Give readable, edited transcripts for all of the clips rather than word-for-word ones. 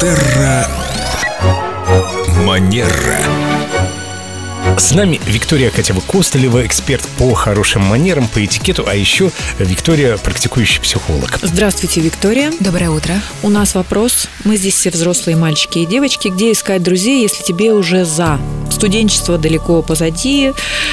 Терра Манера. С нами Виктория Катева-Костылева, эксперт по хорошим манерам, по этикету, а еще Виктория, практикующий психолог. Здравствуйте, Виктория. Доброе утро. У нас вопрос. Мы здесь все взрослые мальчики и девочки. Где искать друзей, если тебе уже за? Студенчество далеко позади.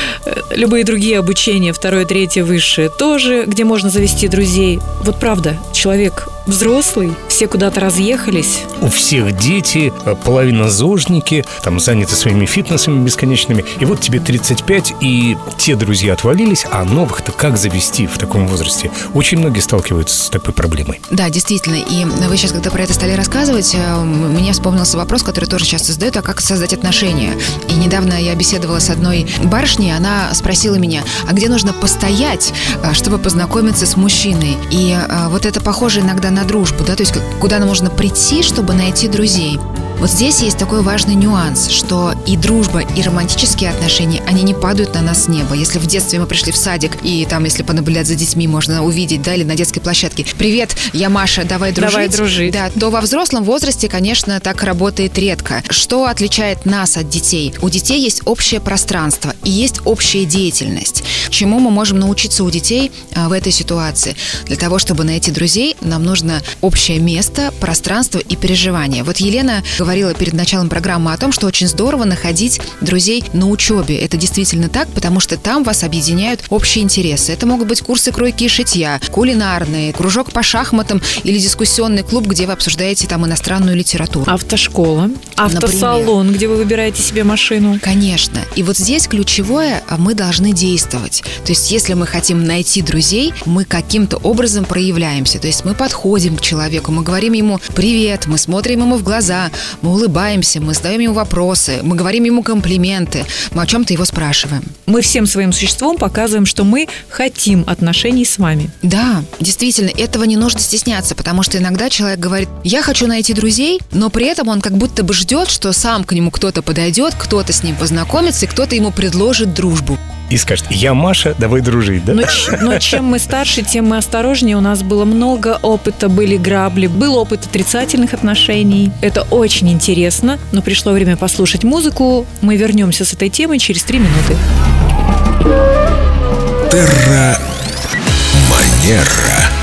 Любые другие обучения, второе, третье, высшее тоже, где можно завести друзей. Вот правда, человек взрослый, все куда-то разъехались. У всех дети, половина зожники, там заняты своими фитнесами бесконечными. И вот тебе 35, и те друзья отвалились, а новых-то как завести в таком возрасте? Очень многие сталкиваются с такой проблемой. Да, действительно. И вы сейчас, когда про это стали рассказывать, мне вспомнился вопрос, который тоже часто задают, а как создать отношения? И недавно я беседовала с одной барышней, она спросила меня, а где нужно постоять, чтобы познакомиться с мужчиной? И вот это похоже иногда на дружбу, да, то есть куда нам можно прийти, чтобы найти друзей. Вот здесь есть такой важный нюанс, что и дружба, и романтические отношения, они не падают на нас с неба. Если в детстве мы пришли в садик, и там, если понаблюдать за детьми, можно увидеть, да, или на детской площадке: «Привет, я Маша, давай дружить». Давай дружить. Да, то во взрослом возрасте, конечно, так работает редко. Что отличает нас от детей? У детей есть общее пространство и есть общая деятельность. Чему мы можем научиться у детей в этой ситуации? Для того, чтобы найти друзей, нам нужно общее место, пространство и переживание. Вот Елена говорила перед началом программы о том, что очень здорово находить друзей на учебе. Это действительно так, потому что там вас объединяют общие интересы. Это могут быть курсы кройки и шитья, кулинарные, кружок по шахматам или дискуссионный клуб, где вы обсуждаете там иностранную литературу. Автошкола, автосалон, например, где вы выбираете себе машину. Конечно. И вот здесь ключевое: мы должны действовать. То есть если мы хотим найти друзей, мы каким-то образом проявляемся. То есть мы подходим к человеку, мы говорим ему «привет», мы смотрим ему в глаза, мы улыбаемся, мы задаем ему вопросы, мы говорим ему комплименты, мы о чем-то его спрашиваем. Мы всем своим существом показываем, что мы хотим отношений с вами. Да, действительно, этого не нужно стесняться, потому что иногда человек говорит: «Я хочу найти друзей», но при этом он как будто бы ждет, что сам к нему кто-то подойдет, кто-то с ним познакомится, и кто-то ему предложит дружбу. И скажет: «Я Маша, давай дружить», да? Но чем мы старше, тем мы осторожнее. У нас было много опыта, были грабли, был опыт отрицательных отношений. Это очень интересно, но пришло время послушать музыку. Мы вернемся с этой темой через 3 минуты. Терра Манера.